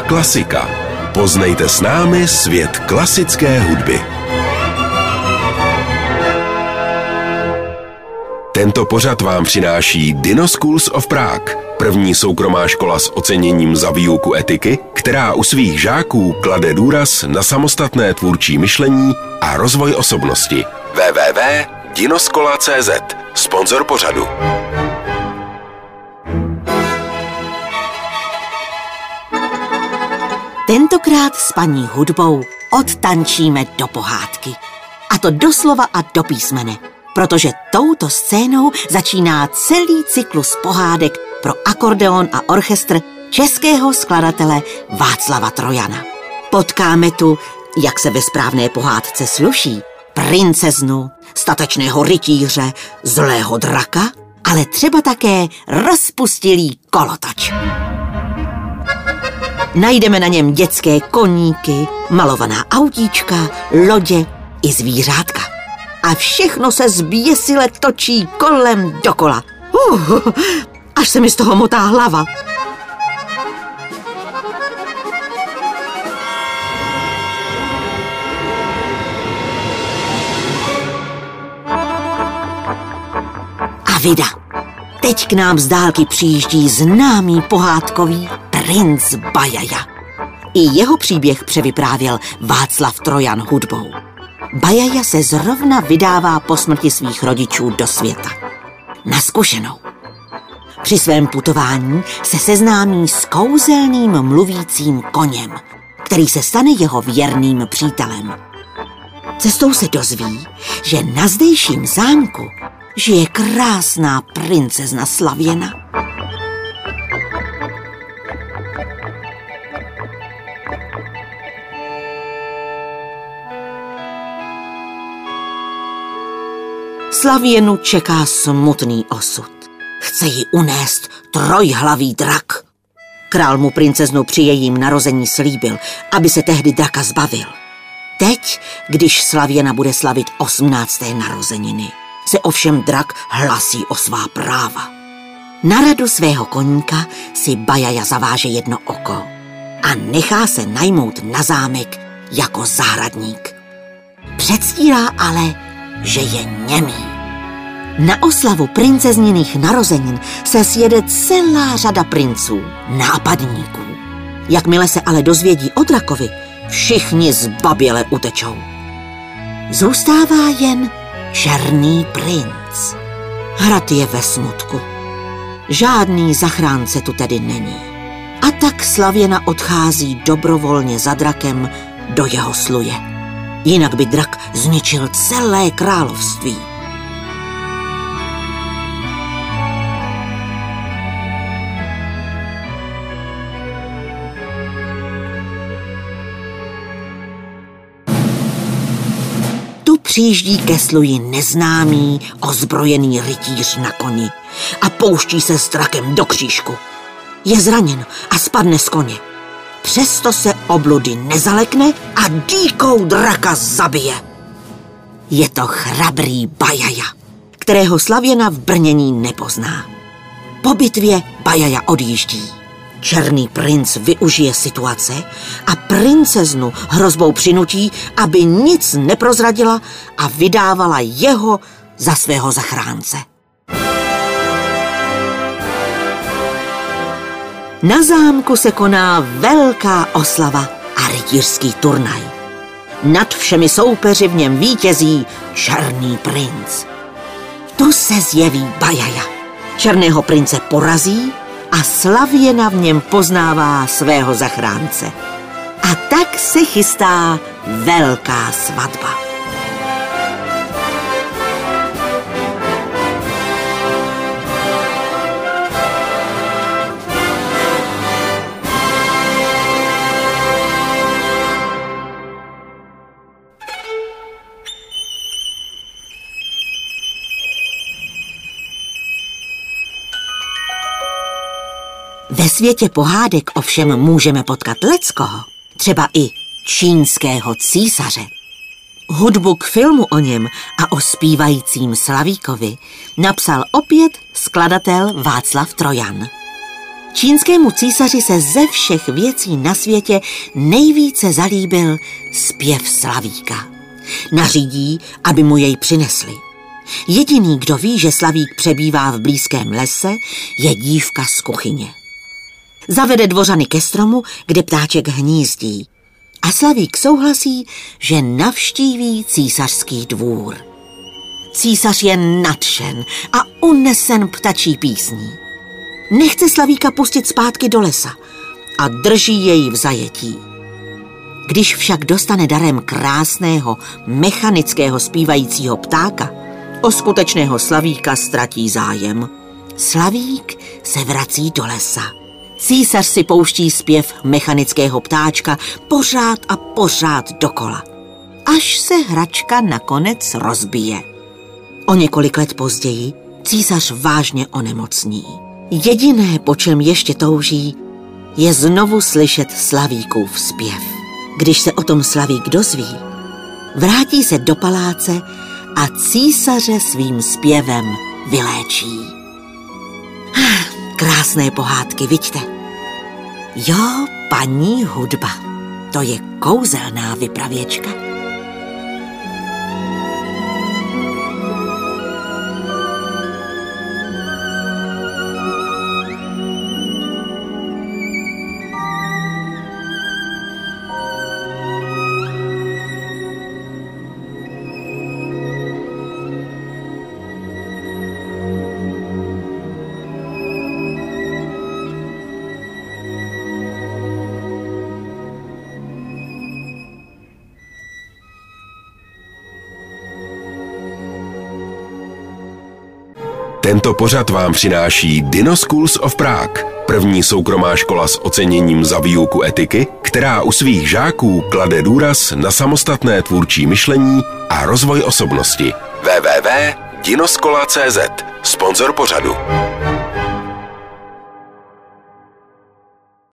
klasika. Poznejte s námi svět klasické hudby. Tento pořad vám přináší Dino Schools of Prague, první soukromá škola s oceněním za výuku etiky, která u svých žáků klade důraz na samostatné tvůrčí myšlení a rozvoj osobnosti. www.dinoskola.cz, sponzor pořadu. Tentokrát s paní hudbou odtančíme do pohádky. A to doslova a do písmene, protože touto scénou začíná celý cyklus pohádek pro akordeon a orchestr českého skladatele Václava Trojana. Potkáme tu, jak se ve správné pohádce sluší, princeznu, statečného rytíře, zlého draka, ale třeba také rozpustilý kolotoč. Najdeme na něm dětské koníky, malovaná autíčka, lodě i zvířátka. A všechno se zběsile točí kolem dokola. Až se mi z toho motá hlava. A vida. Teď k nám z dálky přijíždí známý pohádkový princ Bajaja. I jeho příběh převyprávěl Václav Trojan hudbou. Bajaja se zrovna vydává po smrti svých rodičů do světa. Na zkušenou. Při svém putování se seznámí s kouzelným mluvícím koněm, který se stane jeho věrným přítelem. Cestou se dozví, že na zdejším zámku žije krásná princezna Slavěna. Slavěnu čeká smutný osud. Chce ji unést trojhlavý drak. Král mu princeznu při jejím narození slíbil, aby se tehdy draka zbavil. Teď, když Slavěna bude slavit 18. narozeniny, se ovšem drak hlasí o svá práva. Na radu svého koníka si Bajaja zaváže jedno oko a nechá se najmout na zámek jako zahradník. Předstírá ale, že je němý. Na oslavu princezniných narozenin se sjede celá řada princů, nápadníků. Jakmile se ale dozvědí o drakovi, všichni zbaběle utečou. Zůstává jen černý princ. Hrad je ve smutku. Žádný zachránce tu tedy není. A tak Slavěna odchází dobrovolně za drakem do jeho sluje. Jinak by drak zničil celé království. Tu přijíždí ke sluji neznámý, ozbrojený rytíř na koni a pouští se s drakem do křížku. Je zraněn a spadne z koně. Přesto se obludy nezalekne a dýkou draka zabije. Je to chrabrý Bajaja, kterého Slavěna v brnění nepozná. Po bitvě Bajaja odjíždí. Černý princ využije situace a princeznu hrozbou přinutí, aby nic neprozradila a vydávala jeho za svého zachránce. Na zámku se koná velká oslava a rytířský turnaj. Nad všemi soupeři v něm vítězí černý princ. Tu se zjeví Bajaja. Černého prince porazí a Slavěna v něm poznává svého zachránce. A tak se chystá velká svatba. Ve světě pohádek ovšem můžeme potkat leckoho, třeba i čínského císaře. Hudbu k filmu o něm a o zpívajícím Slavíkovi napsal opět skladatel Václav Trojan. Čínskému císaři se ze všech věcí na světě nejvíce zalíbil zpěv Slavíka. Nařídí, aby mu jej přinesli. Jediný, kdo ví, že Slavík přebývá v blízkém lese, je dívka z kuchyně. Zavede dvořany ke stromu, kde ptáček hnízdí. A Slavík souhlasí, že navštíví císařský dvůr. Císař je nadšen a unesen ptačí písní. Nechce Slavíka pustit zpátky do lesa a drží jej v zajetí. Když však dostane darem krásného, mechanického zpívajícího ptáka, o skutečného Slavíka ztratí zájem. Slavík se vrací do lesa. Císař si pouští zpěv mechanického ptáčka pořád a pořád dokola, až se hračka nakonec rozbije. O několik let později císař vážně onemocní. Jediné, po čem ještě touží, je znovu slyšet Slavíkův zpěv. Když se o tom Slavík dozví, vrátí se do paláce a císaře svým zpěvem vyléčí. Krásné pohádky, viďte? Jo, paní hudba, to je kouzelná vypravěčka. Tento pořad vám přináší Dino Schools of Prague, první soukromá škola s oceněním za výuku etiky, která u svých žáků klade důraz na samostatné tvůrčí myšlení a rozvoj osobnosti. www.dinoskola.cz, sponzor pořadu.